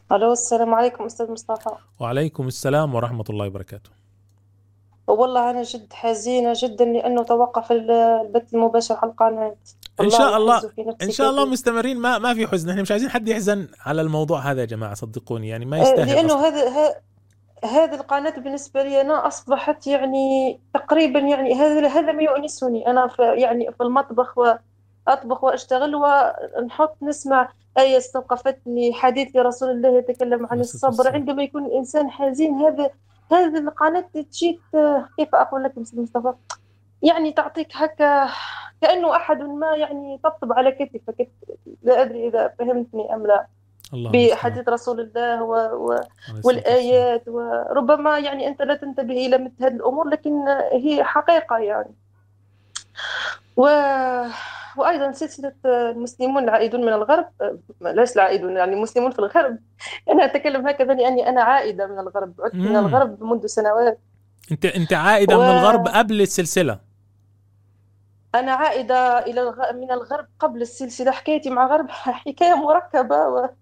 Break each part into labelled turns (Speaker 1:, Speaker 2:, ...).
Speaker 1: الو، السلام عليكم استاذ مصطفى.
Speaker 2: وعليكم السلام ورحمة الله وبركاته.
Speaker 1: والله انا جد حزينه جدا لانه توقف البث المباشر على القناه.
Speaker 2: إن
Speaker 1: الله
Speaker 2: شاء الله.
Speaker 1: يحز في
Speaker 2: إن
Speaker 1: نفسي
Speaker 2: شاء الله
Speaker 1: كثير.
Speaker 2: مستمرين، ما في حزن، احنا مش عايزين حد يحزن على الموضوع هذا يا جماعة، صدقوني يعني ما يستاهل
Speaker 1: لانه
Speaker 2: أصلا.
Speaker 1: هذه القناه بالنسبه لي انا اصبحت يعني تقريبا، يعني هذا ما يؤنسني. انا في يعني في المطبخ واطبخ واشتغل ونحط نسمع آية استوقفتني، حديث لرسول الله يتكلم
Speaker 2: عليه
Speaker 1: عن
Speaker 2: الصلاة
Speaker 1: الصبر.
Speaker 2: والسلام.
Speaker 1: عندما يكون الإنسان حزين، هذه القناة تجيك، كيف أقول لك أستاذ مصطفى، يعني تعطيك هكا كأنه أحد ما يعني طبطب على كتفك. لا أدري إذا فهمتني أم لا.
Speaker 2: الله المستعان.
Speaker 1: بحديث رسول الله
Speaker 2: عليه الصلاة والسلام.
Speaker 1: والآيات، وربما يعني أنت لا تنتبه إلى مثل هذه الأمور، لكن هي حقيقة يعني. و... وأيضا سلسلة المسلمون العائدون من الغرب، ليس العائدون يعني المسلمون في الغرب. أنا أتكلم هكذا لأني أنا عائدة من الغرب، عدت من
Speaker 2: امم
Speaker 1: الغرب منذ سنوات.
Speaker 2: انت عائدة من الغرب
Speaker 1: و
Speaker 2: قبل السلسلة؟
Speaker 1: أنا عائدة من الغرب قبل السلسلة. حكايتي مع الغرب حكاية مركبة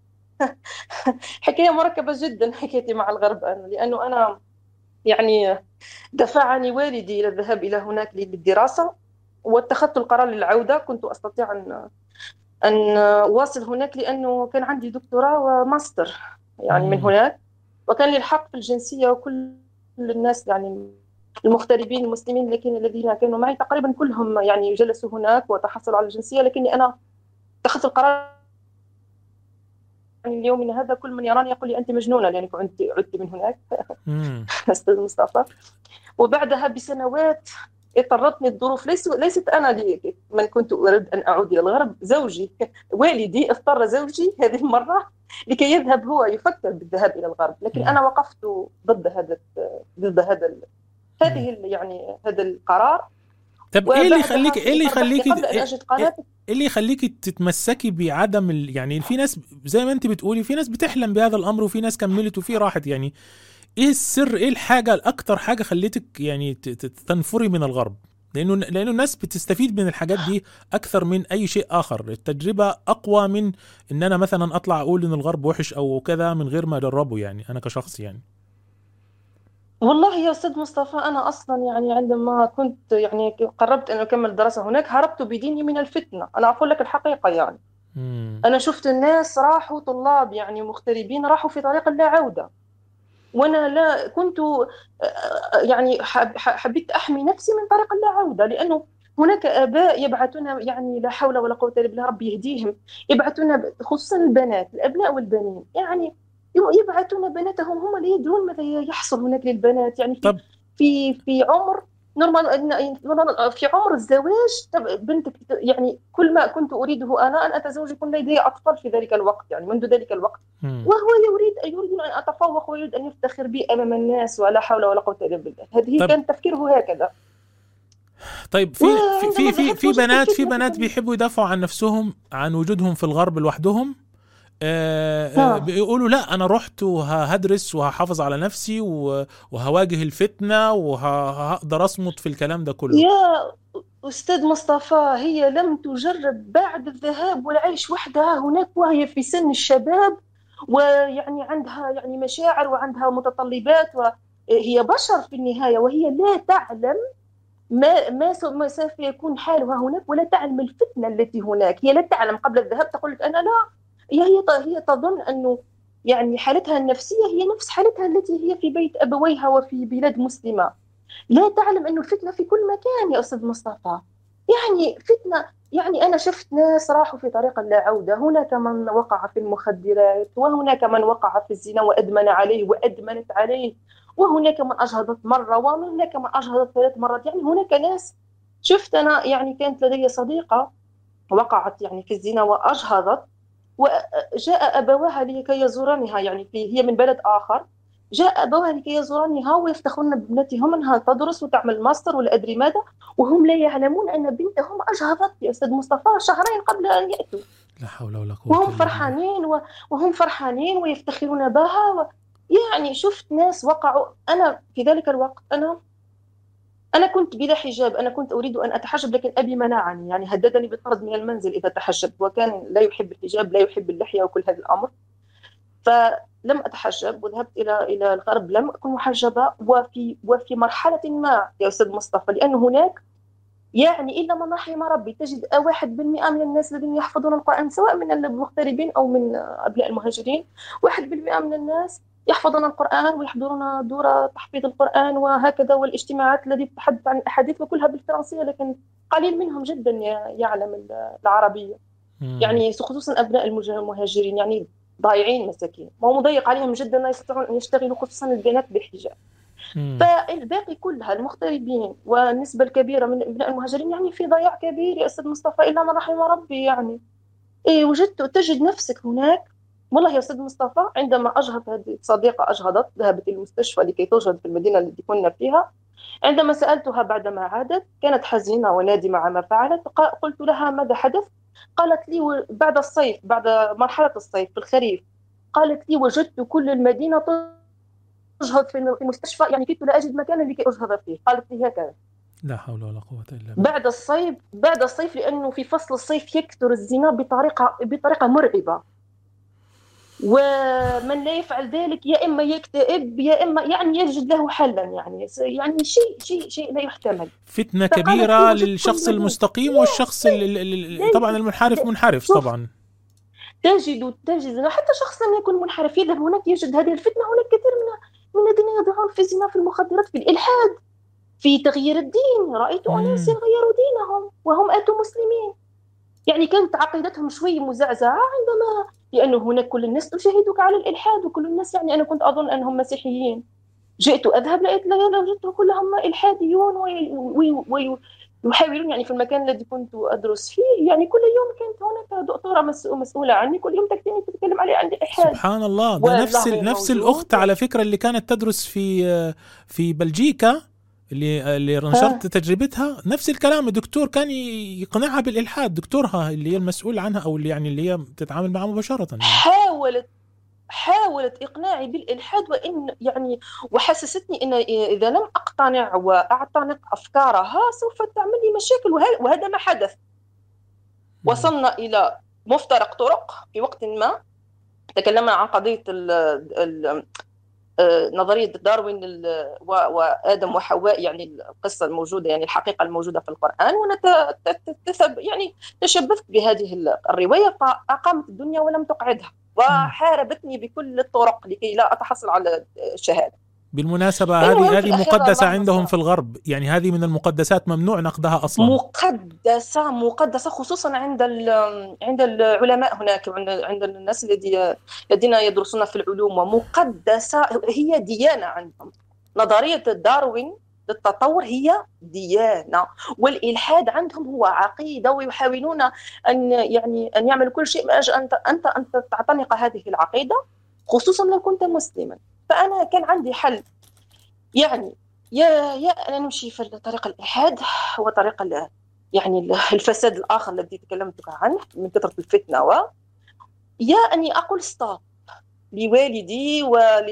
Speaker 1: حكاية مركبة جدا حكايتي مع الغرب أنا، لأنه أنا يعني دفعني والدي إلى الذهاب إلى هناك للدراسة، واتخذت القرار للعودة. كنت أستطيع أن أواصل هناك لأنه كان عندي دكتوراه وماستر يعني من
Speaker 2: امم
Speaker 1: هناك، وكان لي الحق في الجنسية. وكل الناس يعني المغتربين المسلمين الذين كانوا معي تقريبا كلهم يعني جلسوا هناك وتحصلوا على الجنسية، لكني أنا اتخذت القرار. يعني اليوم هذا كل من يراني يقول لي أنت مجنونة لأنك عدت من هناك.
Speaker 2: امم
Speaker 1: أستاذ مصطفى. وبعدها بسنوات اضطرتني الظروف، ليست أنا من كنت أريد أن أعود إلى الغرب. زوجي والدي اضطر زوجي هذه المرة لكي يذهب، هو يفكر بالذهاب إلى الغرب، لكن
Speaker 2: امم
Speaker 1: أنا وقفت ضد ضد
Speaker 2: امم
Speaker 1: يعني هذا القرار.
Speaker 2: طب ايه اللي
Speaker 1: وبعدها
Speaker 2: يخليك ايه اللي
Speaker 1: قبل
Speaker 2: يخليك
Speaker 1: قبل أن أجد قناة.
Speaker 2: ايه اللي يخليك تتمسكي بعدم يعني في ناس زي ما انت بتقولي، في ناس بتحلم بهذا الامر وفي ناس كملت وفي راحت يعني. ايه السر، ايه الحاجة الاكتر حاجة خليتك يعني تنفري من الغرب؟ لانه الناس بتستفيد من الحاجات دي اكثر من اي شيء اخر، التجربة اقوى من ان انا مثلا اطلع اقول ان الغرب وحش او كذا من غير ما اجربه، يعني انا كشخص يعني.
Speaker 1: والله يا أستاذ مصطفى، أنا أصلا يعني عندما كنت يعني قررت أن أكمل دراسة هناك، هربت بديني من الفتنة. أنا أقول لك الحقيقة يعني.
Speaker 2: امم
Speaker 1: أنا شفت الناس راحوا، طلاب يعني مغتربين راحوا في طريق لا عودة، وأنا لا كنت يعني حبيت أحمي نفسي من طريق لا عودة، لأنه هناك آباء يبعثون، يعني لا حول ولا قوة إلا بالله، ربي يهديهم. يبعثون خصوصا البنات، الأبناء والبنين يعني، يبعثون بناتهم، هم لا يدرون ماذا يحصل هناك للبنات يعني في
Speaker 2: طب
Speaker 1: في عمر في عمر الزواج. بنتك يعني كل ما كنت أريده أنا أن أتزوج، يكون لدي أطفال في ذلك الوقت، يعني منذ ذلك الوقت.
Speaker 2: مم.
Speaker 1: وهو يريد أن أتفوق ويريد أن يفتخر بي أمام الناس، ولا حول ولا قوة إلا بالله. هذه
Speaker 2: طب
Speaker 1: كان تفكيره هكذا.
Speaker 2: طيب
Speaker 1: وعندما ذهبت
Speaker 2: في
Speaker 1: وجدت
Speaker 2: بنات،
Speaker 1: الفتنة في طريق.
Speaker 2: بيحبوا يدافعوا عن نفسهم عن وجودهم في الغرب لوحدهم.
Speaker 1: ها.
Speaker 2: بيقولوا لا انا رحت وهدرس وهحافظ على نفسي وهواجه الفتنة وهقدر اصمت في الكلام ده كله.
Speaker 1: يا أستاذ مصطفى، هي لم تجرب بعد الذهاب والعيش وحدها هناك وهي في سن الشباب، ويعني عندها يعني مشاعر وعندها متطلبات، وهي بشر في النهاية، وهي لا تعلم ما سوف يكون حالها هناك، ولا تعلم الفتنة التي هناك. هي لا تعلم قبل الذهاب، تقول لك أنا لا. هي تظن أنه يعني حالتها النفسية هي نفس حالتها التي هي في بيت أبويها وفي بلاد مسلمة. لا تعلم أنه الفتنة في كل مكان يا أستاذ مصطفى. يعني فتنة، يعني أنا شفت ناس راحوا في طريق لا عودة. هناك من وقع في المخدرات، وهناك من وقع في الزنا وأدمن عليه وأدمنت عليه، وهناك من أجهضت مرة، وهناك من أجهضت 3 مرات. يعني هناك ناس شفت أنا. يعني كانت لدي صديقة وقعت يعني في الزنا وأجهضت، وجاء أبواها لكي يزورانها، يعني هي من بلد آخر. جاء أبواها لكي يزورانها ويفتخرون بابنتهم أنها تدرس وتعمل ماستر ولا أدري ماذا، وهم لا يعلمون أن بنتهم أجهضت يا أستاذ مصطفى شهرين قبل أن يأتوا.
Speaker 2: لا حول ولا قوة
Speaker 1: وهم
Speaker 2: الا بالله.
Speaker 1: فرحانين وهم فرحانين ويفتخرون بها يعني شفت ناس وقعوا. أنا في ذلك الوقت أنا كنت بلا حجاب. أنا كنت أريد أن أتحجب، لكن أبي منعني، يعني هددني بالطرد من المنزل إذا تحجبت، وكان لا يحب الحجاب، لا يحب اللحية وكل هذا الأمر. لم أتحجب وذهبت إلى الغرب لم أكن محجبة. وفي مرحلة ما يا أستاذ مصطفى، لأن هناك يعني إلا من رحم ربي تجد 1% من الناس الذين يحفظون القرآن، سواء من المغتربين أو من أبناء المهاجرين. 1% من الناس يحفظون القرآن ويحضرون دورة تحفيظ القرآن وهكذا، والاجتماعات التي تتحدث عن الأحاديث وكلها بالفرنسية، لكن قليل منهم جدا يعلم العربية. يعني خصوصا أبناء المهاجرين يعني ضايعين مساكين، وهو مضيق عليهم جدا، لا يستطيعون أن يشتغلوا خصوصا البنات بالحجاب. فالباقي كلها المغتربين والنسبة الكبيرة من أبناء المهاجرين يعني في ضياع كبير يا أستاذ مصطفى، إلا من رحم ربي. يعني تجد نفسك هناك. والله يا أستاذ مصطفى عندما أجهض، هذه صديقة أجهضت ذهبت إلى المستشفى لكي تجهض في المدينة التي كنا فيها. عندما سألتها بعدما عادت كانت حزينة ونادمة عما فعلت. قلت لها ماذا حدث؟ قالت لي بعد الصيف، بعد مرحلة الصيف في الخريف، قالت لي وجدت كل المدينة أجهض في المستشفى، يعني كنت لا أجد مكانا لكي أجهض فيه. قالت لي هكذا.
Speaker 2: لا حول ولا قوة إلا بالله.
Speaker 1: بعد الصيف لأنه في فصل الصيف يكثر الزنا بطريقة مرعبة، ومن لا يفعل ذلك يا إما يكتئب يا إما يعني يجد له حلا. يعني شيء لا يحتمل.
Speaker 2: فتنة كبيرة للشخص المستقيم والشخص طبعا المنحرف منحرف طبعا.
Speaker 1: تجد حتى شخص لم يكن منحرف يذهب هناك يجد هذه الفتنة. هناك كثير من الذين يضعون في الزنا، في المخدرات، في الإلحاد، في تغيير الدين. رأيت أناس غيروا دينهم وهم أتوا مسلمين. يعني كانت عقيدتهم شوي مزعزعة عندما، لأنه هناك كل الناس تشاهدك على الإلحاد، وكل الناس يعني أنا كنت أظن أنهم مسيحيين. جئت أذهب لقيت وجدتهم كلهم إلحاديون ويحاولون يعني في المكان الذي كنت أدرس فيه. يعني كل يوم كانت هناك دكتورة مسؤولة عني، كل يوم تأتيني تتكلم علي عن الإلحاد.
Speaker 2: سبحان الله. ده نفس الأخت على فكرة اللي كانت تدرس في بلجيكا، اللي نشرت تجربتها. نفس الكلام، الدكتور كان يقنعها بالإلحاد، دكتورها اللي هي المسؤول عنها أو اللي يعني اللي هي تتعامل معها مباشرة يعني.
Speaker 1: حاولت إقناعي بالإلحاد، وإن يعني وحسستني إن إذا لم أقتنع وأعتنق أفكارها سوف تعمل لي مشاكل، وهذا ما حدث. وصلنا إلى مفترق طرق في وقت ما. تكلمنا عن قضية نظرية داروين وآدم وحواء، يعني القصة الموجودة، يعني الحقيقة الموجودة في القرآن، يعني تشبثت بهذه الرواية، فأقامت الدنيا ولم تقعدها وحاربتني بكل الطرق لكي لا أتحصل على الشهادة.
Speaker 2: بالمناسبة هذه مقدسة عندهم في الغرب، يعني هذه من المقدسات ممنوع نقدها أصلا.
Speaker 1: مقدسة خصوصا عند العلماء هناك، عند الناس الذين يدرسون في العلوم، ومقدسة هي ديانة عندهم. نظرية داروين للتطور هي ديانة، والإلحاد عندهم هو عقيدة، ويحاولون أن يعملوا كل شيء من أجل أن تعتنق هذه العقيدة، خصوصا لو كنت مسلما. فأنا كان عندي حل، يعني يا أنا نمشي في طريق الإلحاد وطريق يعني الفساد الآخر الذي تكلمتك عنه من كثرة الفتنة، يا أني أقول ستوب لوالدي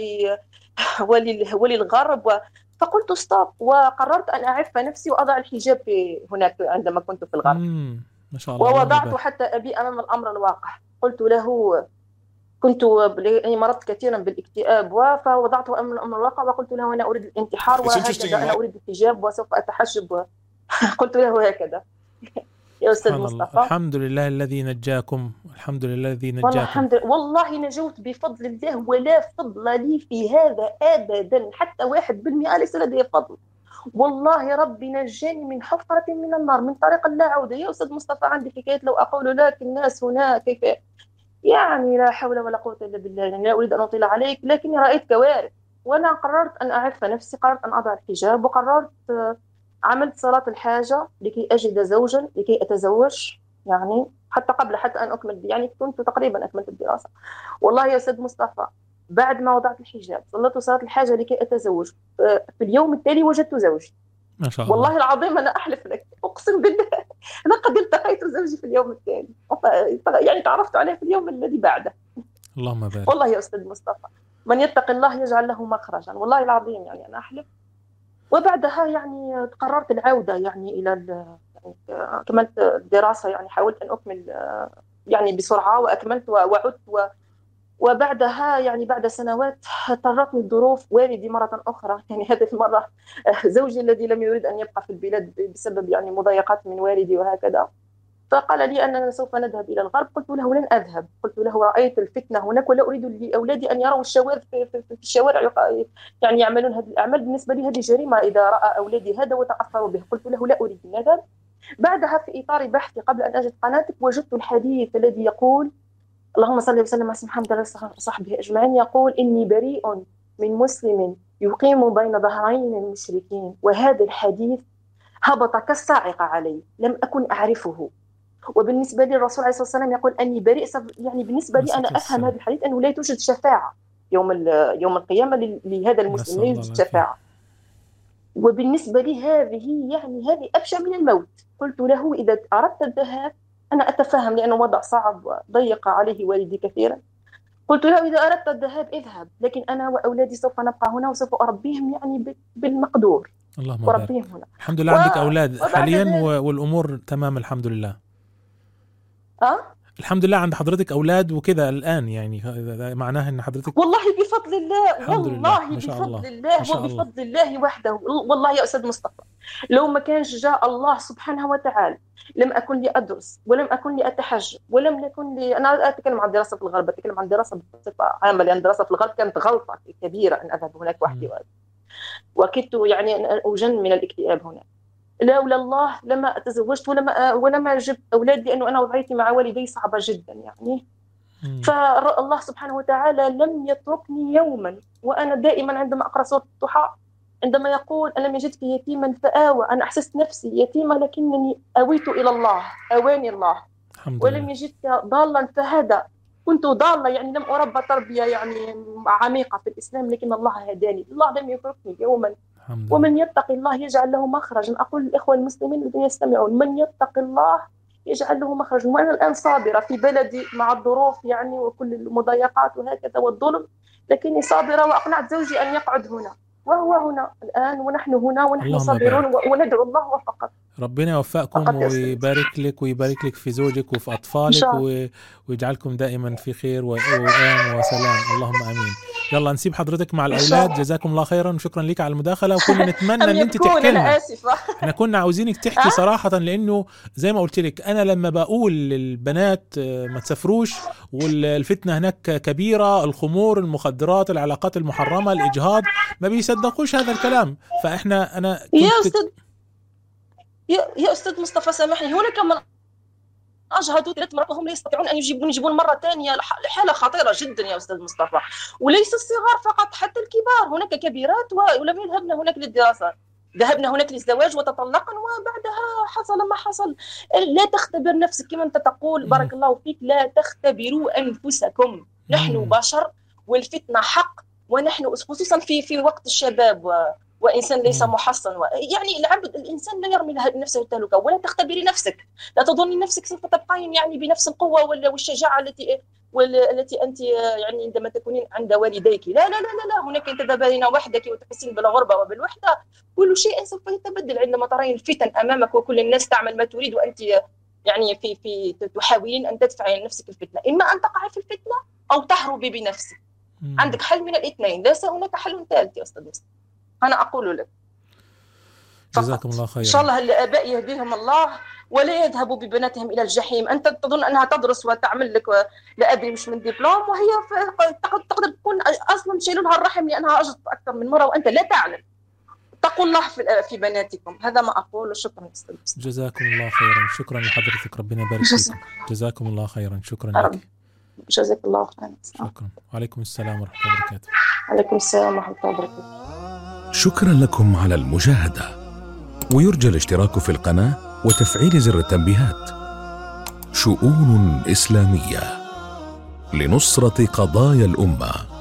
Speaker 1: وللغرب. فقلت ستوب، وقررت أن أعف نفسي وأضع الحجاب هناك عندما كنت في الغرب.
Speaker 2: ما شاء الله.
Speaker 1: ووضعت حتى أبي أمام الأمر الواقع. قلت له، كنت مرضت كثيرا بالاكتئاب، فوضعته أمام الأمر الواقع وقلت له أنا أريد الانتحار، وهكذا أنا أريد الحجاب وسوف أتحجب. قلت له هكذا. يا أستاذ مصطفى،
Speaker 2: الحمد لله الذي نجاكم، الحمد لله الذي نجاكم.
Speaker 1: والله نجوت بفضل الله، ولا فضل لي في هذا أبدا، حتى 1% ليس لدي فضل. والله ربي نجاني من حفرة من النار من طريق لا عودة. يا أستاذ مصطفى عندي حكاية لو أقول لك الناس هنا كيف، يعني لا حول ولا قوة إلا بالله. يعني لا أريد أن أطيل عليك، لكني رأيت كوارث، وأنا قررت أن أعف نفسي، قررت أن أضع الحجاب، وقررت عملت صلاة الحاجة لكي أجد زوجا لكي أتزوج. يعني حتى أن أكمل، يعني كنت تقريبا أكملت الدراسة. والله يا سيد مصطفى بعد ما وضعت الحجاب صليت صلاة الحاجة لكي أتزوج، في اليوم التالي وجدت زوجي.
Speaker 2: ما شاء الله.
Speaker 1: والله العظيم أنا أحلف لك، أقسم بالله أنا قد التقيت زوجي في اليوم التالي، يعني تعرفت عليه في اليوم الذي بعده.
Speaker 2: اللهم بارك.
Speaker 1: والله يا أستاذ مصطفى من يتق الله يجعل له مخرجا، والله العظيم يعني أنا أحلف. وبعدها يعني قررت العودة يعني إلى يعني كملت الدراسة، يعني حاولت أن أكمل يعني بسرعة، وأكملت وعدت وبعدها يعني بعد سنوات اضطرتني الظروف، والدي مرة أخرى، يعني هذه المرة زوجي الذي لم يريد أن يبقى في البلاد بسبب يعني مضايقات من والدي وهكذا، فقال لي أننا سوف نذهب إلى الغرب. قلت له لن أذهب، قلت له رأيت الفتنة هناك ولا أريد لأولادي أن يروا الشواذ في الشوارع يعني يعملون هذه الأعمال. بالنسبة لي هذه جريمة إذا رأى أولادي هذا وتأثروا به. قلت له لا أريد أن أذهب. بعدها في إطار بحثي قبل أن أجد قناتك وجدت الحديث الذي يقول اللهم صل وسلم على محمد وصحبه أجمعين، يقول إني بريء من مسلم يقيم بين ظهرين المشركين. وهذا الحديث هبط كالصاعقة علي، لم أكن أعرفه. وبالنسبة لي الرسول عليه الصلاة والسلام يقول أني بريء، يعني بالنسبة لي أنا أفهم هذا الحديث أنه لا توجد شفاعة يوم القيامة لهذا المسلم، لا يوجد شفاعة. وبالنسبة لي هذه أبشع من الموت. قلت له إذا أردت الذهاب، أنا أتفهم لأنه وضع صعب وضيق عليه والدي كثيرا، قلت له إذا أردت الذهاب اذهب، لكن أنا وأولادي سوف نبقى هنا وسوف أربيهم يعني بالمقدور.
Speaker 2: اللهم بارك. هنا الحمد لله عندك أولاد حاليا والأمور تمام الحمد لله. الحمد لله عند حضرتك أولاد وكذا الآن، يعني معناها أن حضرتك
Speaker 1: والله بفضل الله، والله بفضل الله وبفضل الله وحده. والله يا أستاذ مصطفى لو ما كانش جاء الله سبحانه وتعالى لم أكن لي أدرس ولم أكن لي أتحجب ولم يكن لي. أنا أتكلم عن دراسة في الغرب، أتكلم عن دراسة بصفة عامة، لأن دراسة في الغرب كانت غلطة كبيرة أن أذهب هناك وحدي، وكدت يعني أن أجن من الاكتئاب هناك. لولا الله لما تزوجت ولما جبت أولاد، لأنه أنا وضعيتي مع والدي صعبة جدا يعني. فالله سبحانه وتعالى لم يتركني يوما. وأنا دائما عندما أقرأ سورة الضحى عندما يقول ألم يجدك يتيما فآوى، أنا أحسست نفسي يتيمة لكنني أويت إلى الله، أواني الله. ولم يجدك ضالا فهدى، كنت ضالة يعني لم أربى تربية يعني عميقة في الإسلام، لكن الله هداني. الله لم يتركني يوما. ومن يتق الله يجعل له مخرجا. أقول للإخوة المسلمين الذين يستمعون، من يتق الله يجعل له مخرجا. وأنا الآن صابرة في بلدي مع الظروف يعني وكل المضايقات وهكذا والظلم، لكني صابرة وأقنعت زوجي أن يقعد هنا وهو هنا الآن، ونحن هنا ونحن صابرون وندعو الله فقط.
Speaker 2: ربنا يوفقكم ويبارك لك ويبارك لك في زوجك وفي أطفالك ويجعلكم دائما في خير وأمان وسلام، اللهم آمين. يلا نسيب حضرتك مع الأولاد، جزاكم الله خيرا وشكرا لك على المداخلة، وكنا نتمنى أن أنت تحكي لنا. احنا كنا عاوزينك تحكي صراحة، لأنه زي ما قلت لك أنا لما بقول للبنات ما تسافروش والفتنة هناك كبيرة، الخمور، المخدرات، العلاقات المحرمة، الإجهاض، ما بيصدقوش هذا الكلام. فإحنا أنا
Speaker 1: يا أستاذ مصطفى سامحني، هناك من أجهدوا 3 مرات وهم لا يستطيعون أن يجيبون مرة ثانية. حالة خطيرة جدا يا أستاذ مصطفى، وليس الصغار فقط، حتى الكبار. هناك كبيرات ولم يذهبن هناك للدراسة، ذهبنا هناك للزواج وتطلقن، وبعدها حصل ما حصل. لا تختبر نفسك كما أنت تقول، بارك الله فيك، لا تختبروا أنفسكم. نحن بشر والفتنة حق، ونحن خصوصا في وقت الشباب وإنسان ليس محصن يعني العبد الإنسان لا يرمي نفسه التهلكة. ولا تختبري نفسك، لا تظني نفسك سوف تبقين يعني بنفس القوة والشجاعة التي أنت يعني عندما تكونين عند والديك. لا لا لا لا، هناك تتبين وحدك وتحسين بالغربة وبالوحدة. كل شيء سوف يتبدل عندما ترين الفتن أمامك وكل الناس تعمل ما تريد، وأنت يعني في تحاولين أن تدفعي نفسك الفتنة. إما أن تقعي في الفتنة أو تهربي بنفسك. عندك حل من الاثنين، ليس هناك حل ثالث يا أستاذ مصطفى، أنا أقول لك.
Speaker 2: جزاكم الله خيرا.
Speaker 1: إن شاء الله الآباء يهديهم الله ولا يذهبوا ببناتهم إلى الجحيم. أنت تظن أنها تدرس وتعمل لك لا أدري مش من دبلوم، وهي تقدر تكون أصلا شيلوا لها الرحم لأنها أجت أكثر من مرة وأنت لا تعلم. اتقوا الله في بناتكم، هذا ما أقول. شكرا أستاذ.
Speaker 2: جزاكم الله خيرا. شكرا لحضرتك، ربنا يبارك فيكم. جزاكم الله خيرا. شكرا لك.
Speaker 1: جزاك الله خيرا.
Speaker 2: شكرا. وعليكم السلام ورحمة الله وبركاته.
Speaker 1: عليكم السلام ورحمة الله وبركاته.
Speaker 3: شكرا لكم على المشاهدة، ويرجى الاشتراك في القناة وتفعيل زر التنبيهات. شؤون إسلامية لنصرة قضايا الأمة.